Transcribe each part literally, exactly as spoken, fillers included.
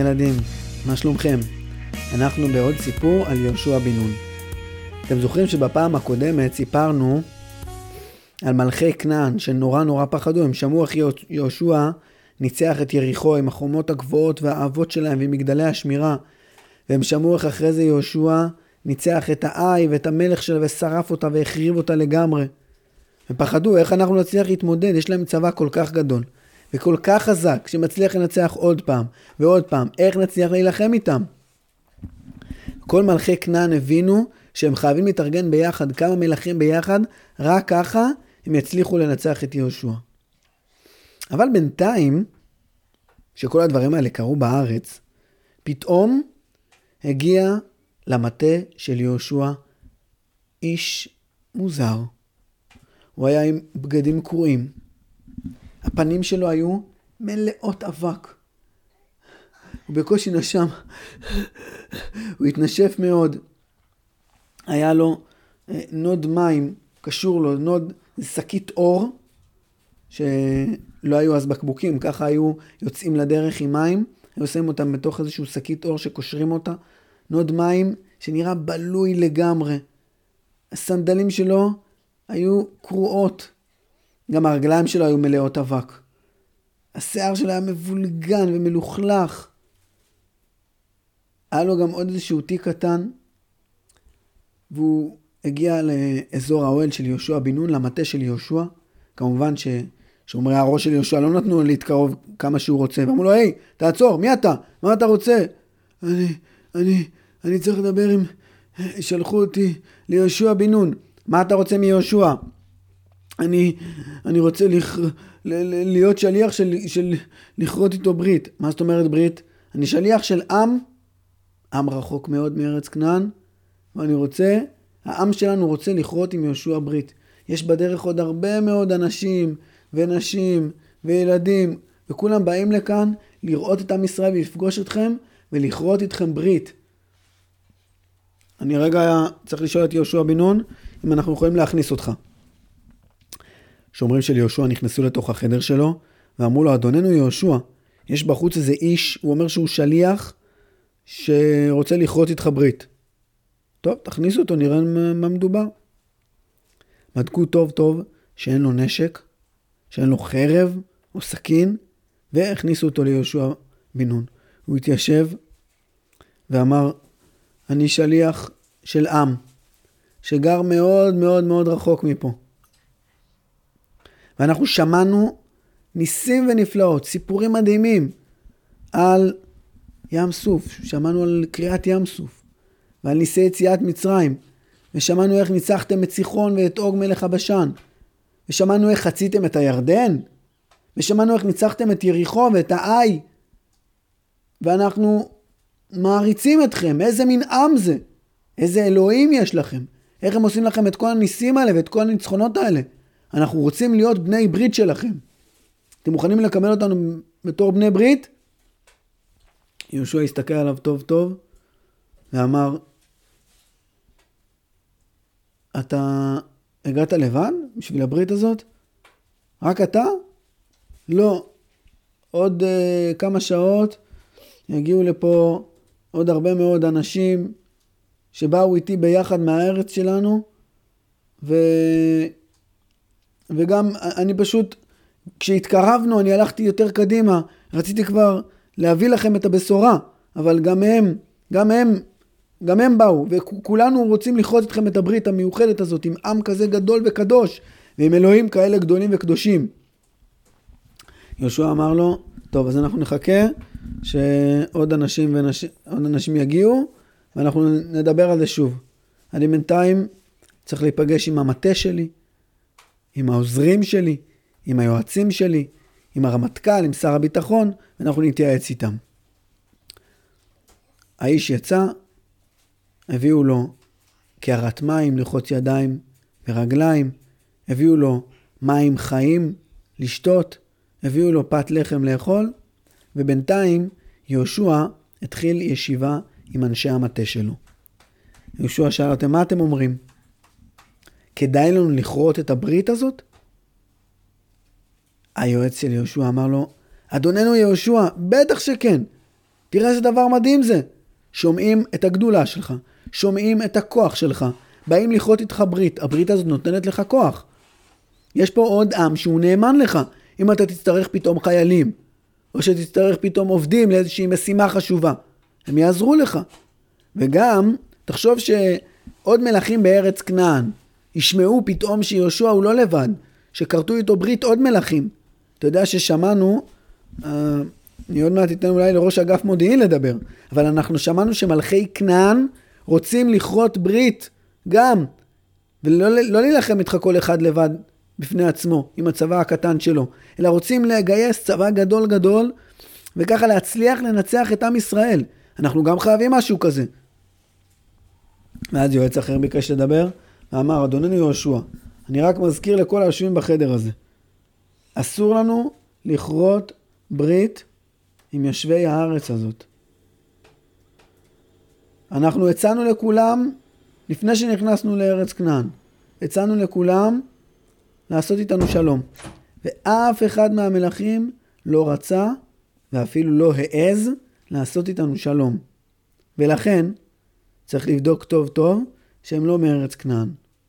ילדים, מה שלומכם? אנחנו בעוד סיפור על יהושע בן נון. אתם זוכרים שבפעם הקודמת סיפרנו על מלכי כנען שנורא נורא פחדו. הם שמעו איך יהושע ניצח את יריחו עם החומות הגבוהות והאהבות שלהם ועם מגדלי השמירה. והם שמעו איך אחרי זה יהושע ניצח את האי ואת המלך שלה ושרף אותה והחריב אותה לגמרי. הם פחדו איך אנחנו נצליח להתמודד, יש להם צבא כל כך גדול וכל כך חזק שמצליח לנצח עוד פעם ועוד פעם, איך נצליח להילחם איתם? כל מלכי כנען הבינו שהם חייבים להתארגן ביחד, כמה מלכים ביחד, רק ככה הם יצליחו לנצח את יהושע. אבל בינתיים, שכל הדברים האלה קרו בארץ, פתאום הגיע למטה של יהושע איש מוזר. הוא היה עם בגדים קרועים. הפנים שלו היו מלאות אבק. הוא בקושי נשם. הוא התנשף מאוד. היה לו נוד מים, קשור לו, נוד שקית אור, שלא היו אז בקבוקים, ככה היו יוצאים לדרך עם מים, היו שמים אותם בתוך איזשהו שקית אור שקושרים אותה, נוד מים שנראה בלוי לגמרי. הסנדלים שלו היו קרועות, גם הרגליים שלו היו מלאות אבק. השיער שלו היה מבולגן ומלוכלך. היה לו גם עוד איזשהו תיק קטן, והוא הגיע לאזור האוהל של יהושע בן נון, למטה של יהושע. כמובן ששומרי הראש של יהושע לא נתנו לו להתקרוב כמה שהוא רוצה, ואמרו לו, היי, תעצור, מי אתה? מה אתה רוצה? אני, אני, אני צריך לדבר עם, שלחו אותי ליהושע בן נון. מה אתה רוצה מיהושע? אני, אני רוצה לכ... להיות שליח של, של לכרות איתו ברית. מה זאת אומרת ברית? אני שליח של עם, עם רחוק מאוד מארץ כנען, ואני רוצה, העם שלנו רוצה לכרות עם יהושע ברית. יש בדרך עוד הרבה מאוד אנשים ונשים וילדים, וכולם באים לכאן לראות את עם ישראל ולפגוש אתכם ולכרות איתכם ברית. אני רגע צריך לשאול את יהושע בן נון אם אנחנו יכולים להכניס אותך. שומרים של יהושע נכנסו לתוך החדר שלו ואמרו לו, אדוננו יהושע, יש בחוץ איזה איש, הוא אומר שהוא שליח שרוצה לכרות איתך ברית. טוב, תכניסו אותו, נראה מה מדובר. בדקו טוב טוב שאין לו נשק, שאין לו חרב או סכין, והכניסו אותו ליהושע בן נון. הוא התיישב ואמר, אני שליח של עם, שגר מאוד מאוד מאוד רחוק מפה. ואנחנו שמענו ניסים ונפלאות, סיפורים מדהימים על ים סוף, שמענו על קריאת ים סוף, ועל ניסי יציאת מצרים, ושמענו איך ניצחתם את סיחון ואת אוג מלך הבשן, ושמענו איך חציתם את הירדן, ושמענו איך ניצחתם את יריחו ואת האי, ואנחנו מעריצים אתכם, איזה מין עם זה, איזה אלוהים יש לכם, איך הם עושים לכם את כל הניסים האלה ואת כל הניצחונות האלה. אנחנו רוצים להיות בני ברית שלכם. אתם מוכנים לקבל אותנו בתור בני ברית? יהושע הסתכל עליו טוב טוב ואמר, אתה הגעת לבד בשביל הברית הזאת? רק אתה? לא. עוד uh, כמה שעות יגיעו לפה עוד הרבה מאוד אנשים שבאו איתי ביחד מהארץ שלנו, ו... וגם אני פשוט, כשהתקרבנו אני הלכתי יותר קדימה, רציתי כבר להביא לכם את הבשורה, אבל גם הם, גם הם, גם הם באו, וכולנו רוצים לכרות אתכם את הברית המיוחדת הזאת, עם עם כזה גדול וקדוש, ועם אלוהים כאלה גדולים וקדושים. יהושע אמר לו, טוב, אז אנחנו נחכה שעוד אנשים, ונשים, עוד אנשים יגיעו, ואנחנו נדבר על זה שוב. אני בינתיים צריך להיפגש עם המטה שלי, עם העוזרים שלי, עם היועצים שלי, עם הרמטכ"ל, עם שר הביטחון, ואנחנו נתייעץ איתם. האיש יצא, הביאו לו קערת מים לחוץ ידיים ורגליים, הביאו לו מים חיים לשתות, הביאו לו פת לחם לאכול, ובינתיים יהושע התחיל ישיבה עם אנשי המטה שלו. יהושע שאל אותם, מה אתם אומרים? כדאי לנו לכרות את הברית הזאת? היועץ של יהושע אמר לו, אדוננו יהושע, בטח שכן. תראה איזה דבר מדהים זה. שומעים את הגדולה שלך, שומעים את הכוח שלך, באים לכרות איתך ברית, הברית הזאת נותנת לך כוח. יש פה עוד עם שהוא נאמן לך. אם אתה תצטרך פתאום חיילים, או שתצטרך פתאום עובדים לאיזושהי משימה חשובה, הם יעזרו לך. וגם, תחשוב שעוד מלכים בארץ כנען, ישמעו פתאום שיהושע הוא לא לבד, שכרתו איתו ברית עוד מלכים. אתה יודע ששמענו, אה, אני עוד מעט אתן אולי לראש אגף מודיעין לדבר, אבל אנחנו שמענו שמלכי כנען רוצים לכרות ברית גם, ולא לא להילחם איתך כל אחד לבד בפני עצמו, עם הצבא הקטן שלו, אלא רוצים לגייס צבא גדול גדול, וככה להצליח לנצח את עם ישראל. אנחנו גם חייבים משהו כזה. ואז יועץ אחר ביקש לדבר, ואמר, אדוננו יהושע, אני רק מזכיר לכל היושבים בחדר הזה, אסור לנו לכרות ברית עם יושבי הארץ הזאת. אנחנו הצענו לכולם, לפני שנכנסנו לארץ כנען, הצענו לכולם לעשות איתנו שלום. ואף אחד מהמלכים לא רצה, ואפילו לא העז, לעשות איתנו שלום. ולכן, צריך לבדוק טוב טוב, שהם לא מארץ כנען.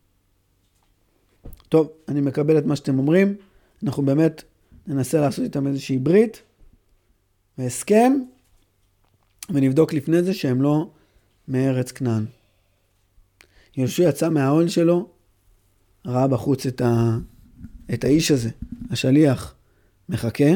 טוב, אני מקבל את מה שאתם אומרים. אנחנו באמת ננסה לעשות איתם איזושהי ברית, והסכם, ונבדוק לפני זה שהם לא מארץ כנען. יהושע יצא מהאוהל שלו, ראה בחוץ את, ה... את האיש הזה, השליח, מחכה,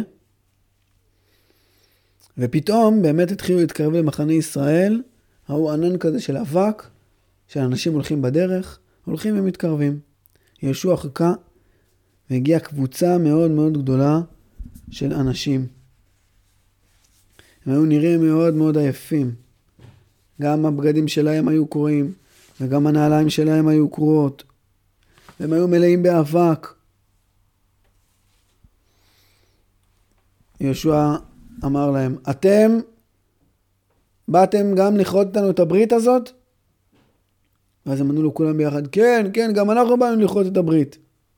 ופתאום באמת התחילו להתקרב למחנה ישראל, ראו ענן כזה של אבק, של אנשים הולכים בדרך, הולכים ומתקרבים. יהושע חיכה, והגיעה קבוצה מאוד מאוד גדולה של אנשים. הם היו נראים מאוד מאוד עייפים. גם הבגדים שלהם היו קרועים, וגם הנעליים שלהם היו קרועות. והם היו מלאים באבק. יהושע אמר להם, אתם באתם גם לכרות איתנו את הברית הזאת? ואז הם ענו לו כולם ביחד, כן, כן, גם אנחנו באנו לכרות את הברית.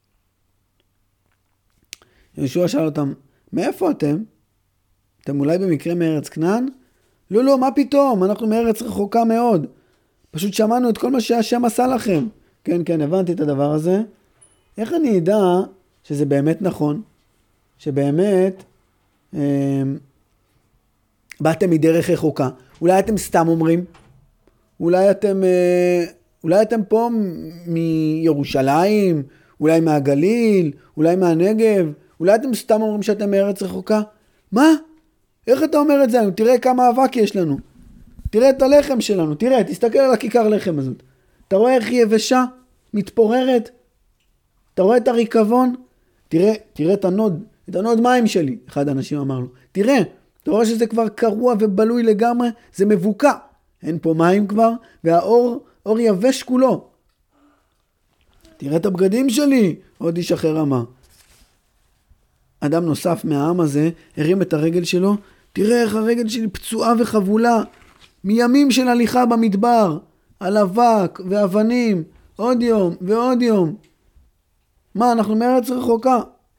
יהושע שאל אותם, מאיפה אתם? אתם אולי במקרה מארץ כנען? לא, לא, מה פתאום? אנחנו מארץ רחוקה מאוד. פשוט שמענו את כל מה שהשם עשה לכם. כן, כן, הבנתי את הדבר הזה. איך אני אדע שזה באמת נכון? שבאמת אה, באתם מדרך רחוקה. אולי אתם סתם אומרים? אולי אתם, אה, אולי אתם פה מירושלים? אולי מהגליל? אולי מהנגב? אולי אתם סתם אומרים שאתם מארץ רחוקה? מה? איך אתה אומר את זה? תראה כמה אבק יש לנו. תראה את הלחם שלנו. תראה, תסתכל על הכיכר לחם הזאת. אתה רואה איך היא יבשה? מתפוררת? אתה רואה את הריקבון? תראה, תראה את הנוד, את הנוד מים שלי. אחד האנשים אמר לו. תראה, אתה רואה שזה כבר קרוע ובלוי לגמרי? זה מבוקע. אין פה מים כבר, והאור, אור יבש כולו. תראה את הבגדים שלי. עוד איש אחר אמר. אדם נוסף מהעם הזה הרים את הרגל שלו, תראה איך הרגל שלי פצועה וחבולה, מימים של הליכה במדבר, על אבק ואבנים, עוד יום ועוד יום. מה, אנחנו מארץ רחוקה.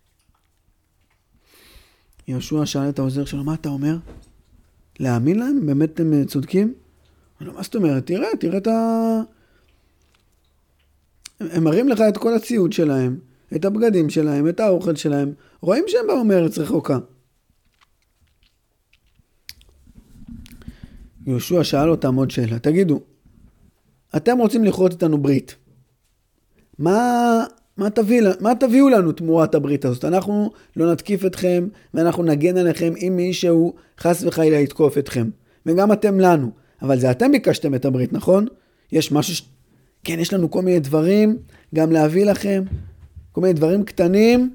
יהושע שאל את העוזר שלו, מה אתה אומר? להאמין להם? באמת הם צודקים? מה זאת אומרת? תראה, תראה את ה... הם מראים לך את כל הציוד שלהם, את הבגדים שלהם, את האוכל שלהם, רואים שהם באו מארץ רחוקה. יהושע שאל אותם עוד שאלה, תגידו, אתם רוצים לכרות איתנו ברית, מה, מה, תביא, מה תביאו לנו תמורת הברית הזאת? אנחנו לא נתקיף אתכם, ואנחנו נגן עליכם אם מישהו חס וחלילה יתקוף אתכם, וגם אתם לנו, אבל זה אתם ביקשתם את הברית, נכון? יש משהו, ש... כן, יש לנו כל מיני דברים, גם להביא לכם, כל מיני דברים קטנים,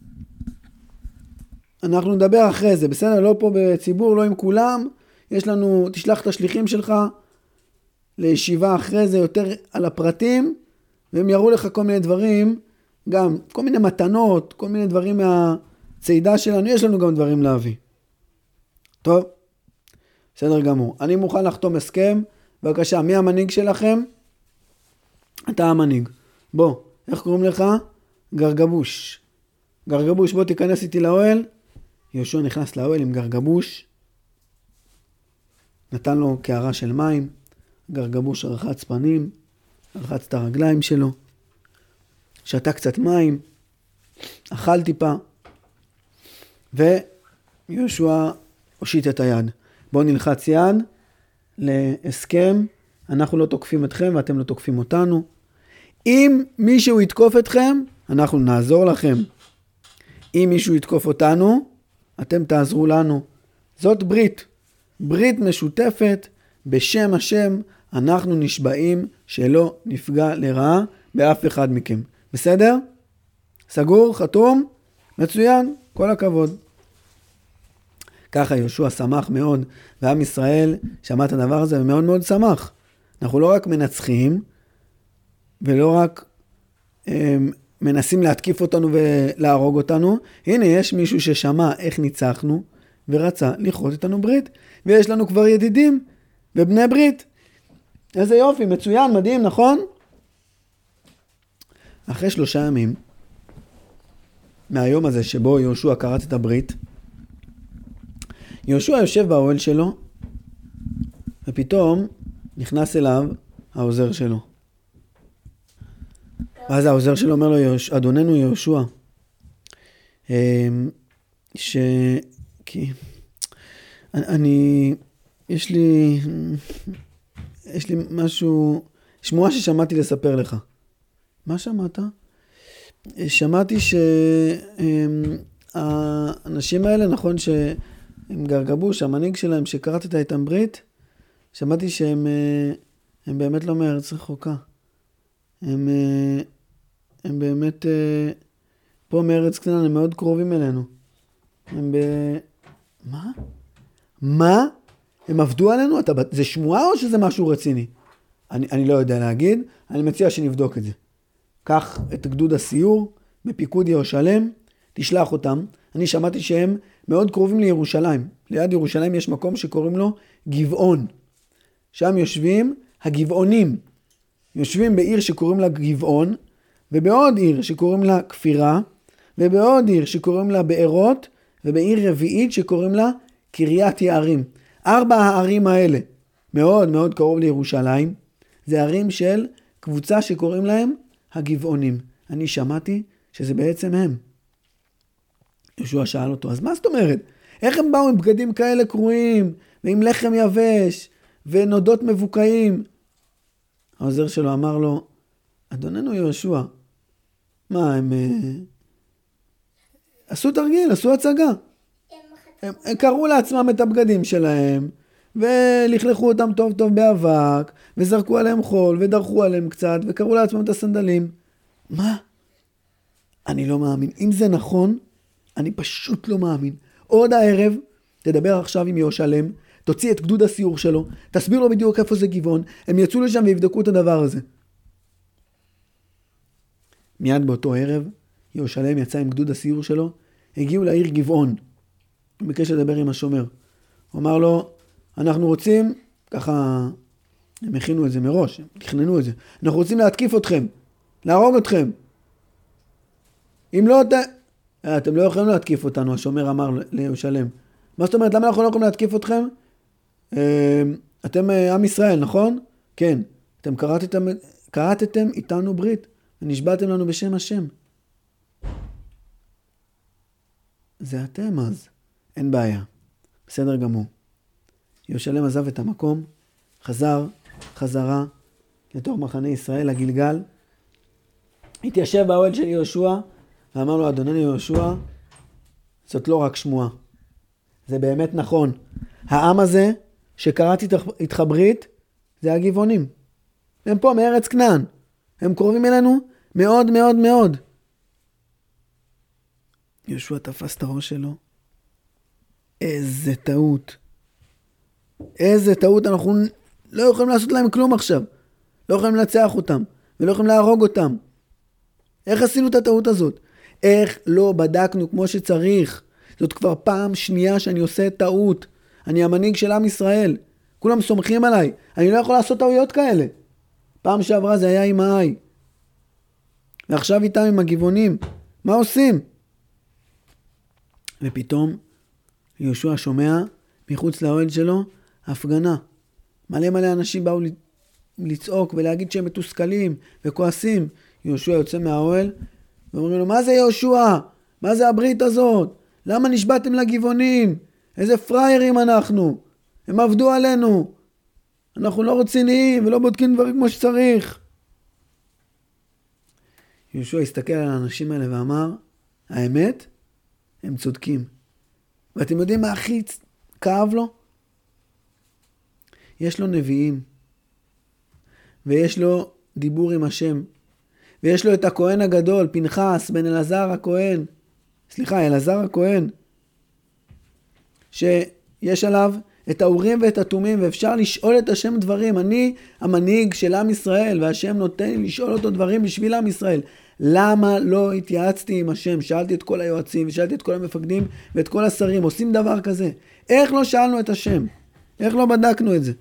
אנחנו נדבר אחרי זה, בסדר? לא פה בציבור, לא עם כולם, יש לנו, תשלח את השליחים שלך לישיבה אחרי זה יותר על הפרטים, והם יראו לך כל מיני דברים, גם כל מיני מתנות, כל מיני דברים מהצעידה שלנו, יש לנו גם דברים להביא. טוב, בסדר גמור. אני מוכן לחתום הסכם, בבקשה, מי המנהיג שלכם? אתה המנהיג. בוא, איך קוראים לך? גרגבוש. גרגבוש, בוא תיכנס איתי לאוהל. יהושע נכנס לאוהל עם גרגבוש. נתן לו קערה של מים, גרגבוש רחץ פנים, רחץ את הרגליים שלו, שתה קצת מים, אכל טיפה, ויהושע הושיט את היד. בואו נלחץ יד להסכם, אנחנו לא תוקפים אתכם ואתם לא תוקפים אותנו. אם מישהו יתקוף אתכם, אנחנו נעזור לכם. אם מישהו יתקוף אותנו, אתם תעזרו לנו. זאת ברית. ברית משותפת בשם השם, אנחנו נשבעים שלא נפגע לרעה באף אחד מכם. בסדר? סגור? חתום? מצוין? כל הכבוד. ככה יהושע שמח מאוד, ועם ישראל שמע את הדבר הזה ומאוד מאוד שמח. אנחנו לא רק מנצחים, ולא רק הם, מנסים להתקיף אותנו ולהרוג אותנו, הנה יש מישהו ששמע איך ניצחנו, ורצה לכרות איתנו ברית, ויש לנו כבר ידידים ובני ברית. איזה יופי, מצוין, מדהים, נכון? אחרי שלושה ימים, מהיום הזה שבו יהושע כרת את הברית, יהושע יושב באוהל שלו, ופתאום נכנס אליו העוזר שלו. ואז העוזר שלו אומר לו, אדוננו יהושע, ש... כי... אני... יש לי... יש לי משהו... שמועה ששמעתי לספר לך. מה שמעת? שמעתי שהאנשים האלה, נכון שהם גרגבוש, המנהיג שלהם שקראת איתם ברית, שמעתי שהם הם באמת לא מארץ רחוקה. הם, הם באמת פה מארץ קטנה, הם מאוד קרובים אלינו. הם ב... מה? מה? הם עבדו עלינו? אתה... זה שמועה או שזה משהו רציני? אני, אני לא יודע להגיד, אני מציע שנבדוק את זה. קח את גדוד הסיור בפיקוד ירושלם, תשלח אותם. אני שמעתי שהם מאוד קרובים לירושלים. ליד ירושלים יש מקום שקוראים לו גבעון. שם יושבים הגבעונים. יושבים בעיר שקוראים לה גבעון, ובעוד עיר שקוראים לה כפירה, ובעוד עיר שקוראים לה בארות, ובעיר רביעית שקוראים לה קריית יערים. ארבע הערים האלה, מאוד מאוד קרוב לירושלים, זה ערים של קבוצה שקוראים להם הגבעונים. אני שמעתי שזה בעצם הם. יהושע שאל אותו, אז מה זאת אומרת? איך הם באו עם בגדים כאלה קרועים, ועם לחם יבש, ונודות מבוקעים? העוזר שלו אמר לו, אדוננו יהושע, מה הם... עשו תרגיל, עשו הצגה. הם, הם קראו לעצמם את הבגדים שלהם, ולכלכו אותם טוב טוב באבק, וזרקו עליהם חול, ודרכו עליהם קצת, וקראו לעצמם את הסנדלים. מה? אני לא מאמין. אם זה נכון, אני פשוט לא מאמין. עוד הערב, תדבר עכשיו עם ירושלם, תוציא את גדוד הסיור שלו, תסביר לו בדיוק איפה זה גבעון, הם יצאו לשם ויבדקו את הדבר הזה. מיד באותו ערב, ירושלם יצא עם גדוד הסיור שלו, הגיעו לעיר גבעון. הוא ביקש לדבר עם השומר. הוא אמר לו, אנחנו רוצים, ככה, הם הכינו את זה מראש, הם תכננו את זה, אנחנו רוצים להתקיף אתכם, להרוג אתכם. אם לא, ת... אתם לא יכולים להתקיף אותנו, השומר אמר לירושלם. מה זאת אומרת, למה אנחנו לא יכולים להתקיף אתכם? אתם עם ישראל, נכון? כן. אתם קראתם, קראתם איתנו ברית, ונשבעתם לנו בשם השם. זה אתם אז. אין בעיה. בסדר גמור. ירושלם עזב את המקום, חזר, חזרה, לתוך מחנה ישראל, הגלגל, התיישב באוהל של יהושע, ואמר לו, אדוננו יהושע, זאת לא רק שמועה. זה באמת נכון. העם הזה, שקראתי איתך ברית, זה הגבעונים. הם פה מארץ כנען. הם קרובים אלינו מאוד מאוד מאוד. יהושע תפס את הראש שלו. איזה טעות. איזה טעות. אנחנו לא יכולים לעשות להם כלום עכשיו. לא יכולים לנצח אותם. ולא יכולים להרוג אותם. איך עשינו את הטעות הזאת? איך לא בדקנו כמו שצריך? זאת כבר פעם שנייה שאני עושה טעות. אני המנהיג של עם ישראל. כולם סומכים עליי. אני לא יכול לעשות טעויות כאלה. פעם שעברה זה היה עם האי. ועכשיו איתם עם הגבעונים. מה עושים? ופתאום יהושע שומע מחוץ לאוהל שלו הפגנה. מלא מלא אנשים באו לצעוק ולהגיד שהם מתוסכלים וכועסים. יהושע יוצא מהאוהל ואומרים לו, מה זה יהושע? מה זה הברית הזאת? למה נשבעתם לגבעונים? איזה פריירים אנחנו. הם עבדו עלינו. אנחנו לא רציניים ולא בודקים דברים כמו שצריך. יהושע הסתכל על האנשים האלה ואמר, האמת, הם צודקים. ואתם יודעים מה הכי כאב לו? יש לו נביאים, ויש לו דיבור עם השם, ויש לו את הכהן הגדול, פנחס, בן אלעזר הכהן, סליחה, אלעזר הכהן, שיש עליו את האורים ואת התומים, ואפשר לשאול את השם דברים. אני המנהיג של עם ישראל, והשם נותן לי לשאול אותו דברים בשביל עם ישראל. למה לא התייעצתי עם השם? שאלתי את כל היועצים, ושאלתי את כל המפקדים, ואת כל השרים, עושים דבר כזה. איך לא שאלנו את השם? איך לא בדקנו את זה?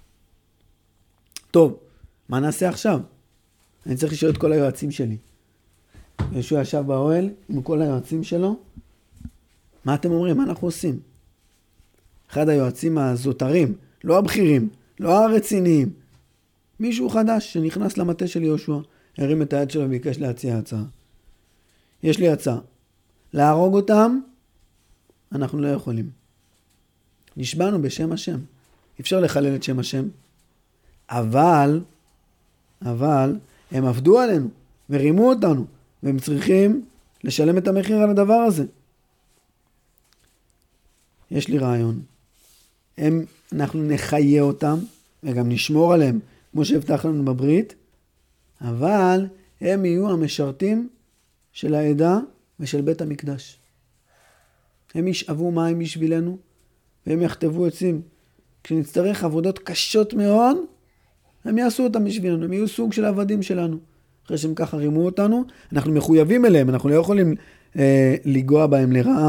טוב, מה נעשה עכשיו? אני צריך לשאול את כל היועצים שלי. יהושע ישב באוהל עם כל היועצים שלו. מה אתם אומרים? מה אנחנו עושים? אחד היועצים הזוטרים, לא הבכירים, לא הרציניים, מישהו חדש שנכנס למטה של יהושע, הרים את היד שלו וביקש להציע הצעה. יש לי הצעה. להרוג אותם, אנחנו לא יכולים. נשבענו בשם השם. אפשר לחלל את שם השם. אבל, אבל, הם עבדו עלינו ורימו אותנו, והם צריכים לשלם את המחיר על הדבר הזה. יש לי רעיון. הם, אנחנו נחיה אותם, וגם נשמור עליהם, כמו שהבטח לנו בברית, אבל הם יהיו המשרתים של העדה ושל בית המקדש. הם ישאבו מים בשבילנו, והם יכתבו עצים. כשנצטרך עבודות קשות מאוד, הם יעשו אותם בשבילנו, הם יהיו סוג של עבדים שלנו. אחרי שהם ככה רימו אותנו, אנחנו מחויבים אליהם, אנחנו לא יכולים אה, לגוע בהם לרעה.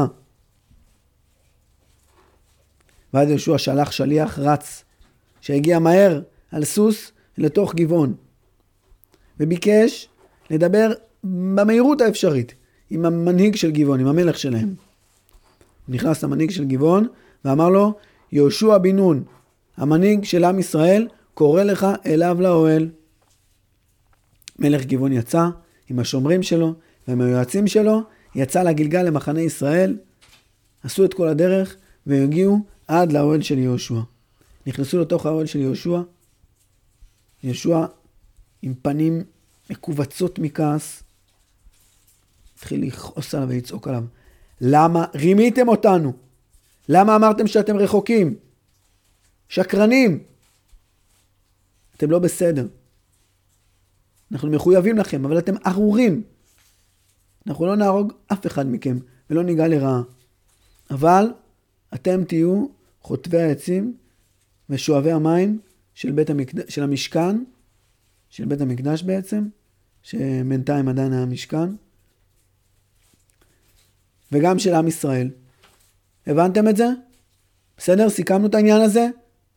ואז יהושע שלח שליח רץ, שהגיע מהר על סוס לתוך גבעון, וביקש לדבר במהירות האפשרית עם המנהיג של גבעון, עם המלך שלהם. הוא נכנס למנהיג של גבעון ואמר לו, יהושע בן נון, המנהיג של עם ישראל, קורא לך אליו לאוהל. מלך גבעון יצא עם השומרים שלו ועם היועצים שלו, יצא לגלגל למחנה ישראל, עשו את כל הדרך והגיעו עד לאוהל של יהושע. נכנסו לתוך האוהל של יהושע, יהושע עם פנים מקובצות מכעס, התחיל לכעוס עליו ולצעוק עליו. למה רימיתם אותנו? למה אמרתם שאתם רחוקים? שקרנים. אתם לא בסדר. אנחנו מחויבים לכם, אבל אתם ארורים. אנחנו לא נהרוג אף אחד מכם, ולא ניגע לרעה. אבל אתם תהיו חוטבי העצים ושואבי המים של בית המקדש, של המשכן, של בית המקדש בעצם, שבינתיים עדיין היה המשכן, וגם של עם ישראל. הבנתם את זה? בסדר? סיכמנו את העניין הזה?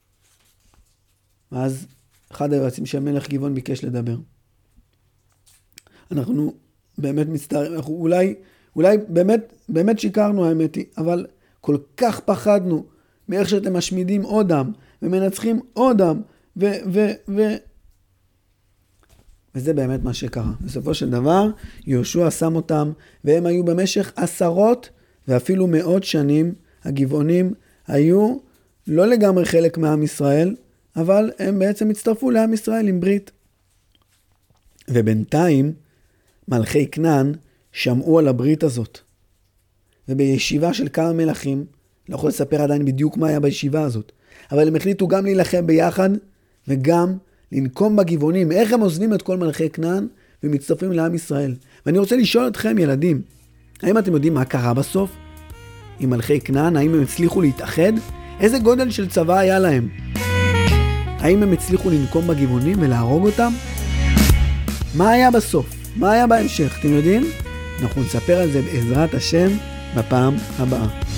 ואז אחד היועצים של מלך גבעון ביקש לדבר. אנחנו באמת מצטערים, אנחנו אולי, אולי באמת, באמת שיקרנו האמת היא, אבל כל כך פחדנו מאיך שאתם משמידים עוד עם, ומנצחים עוד עם, ו, ו, ו... וזה באמת מה שקרה. בסופו של דבר, יהושע שם אותם, והם היו במשך עשרות, ואפילו מאות שנים, הגבעונים היו לא לגמרי חלק מעם ישראל, אבל הם בעצם הצטרפו לעם ישראל עם ברית. ובינתיים, מלכי כנען שמעו על הברית הזאת. ובישיבה של כמה מלכים, לא יכול לספר עדיין בדיוק מה היה בישיבה הזאת, אבל הם החליטו גם להילחם ביחד, וגם לנקום בגבעונים. איך הם עוזבים את כל מלכי כנען, ומצטרפים לעם ישראל. ואני רוצה לשאול אתכם, ילדים, האם אתם יודעים מה קרה בסוף? עם מלכי כנען, האם הם הצליחו להתאחד? איזה גודל של צבא היה להם? האם הם הצליחו לנקום בגבעונים ולהרוג אותם? מה היה בסוף? מה היה בהמשך? אתם יודעים? אנחנו נספר על זה בעזרת השם בפעם הבאה.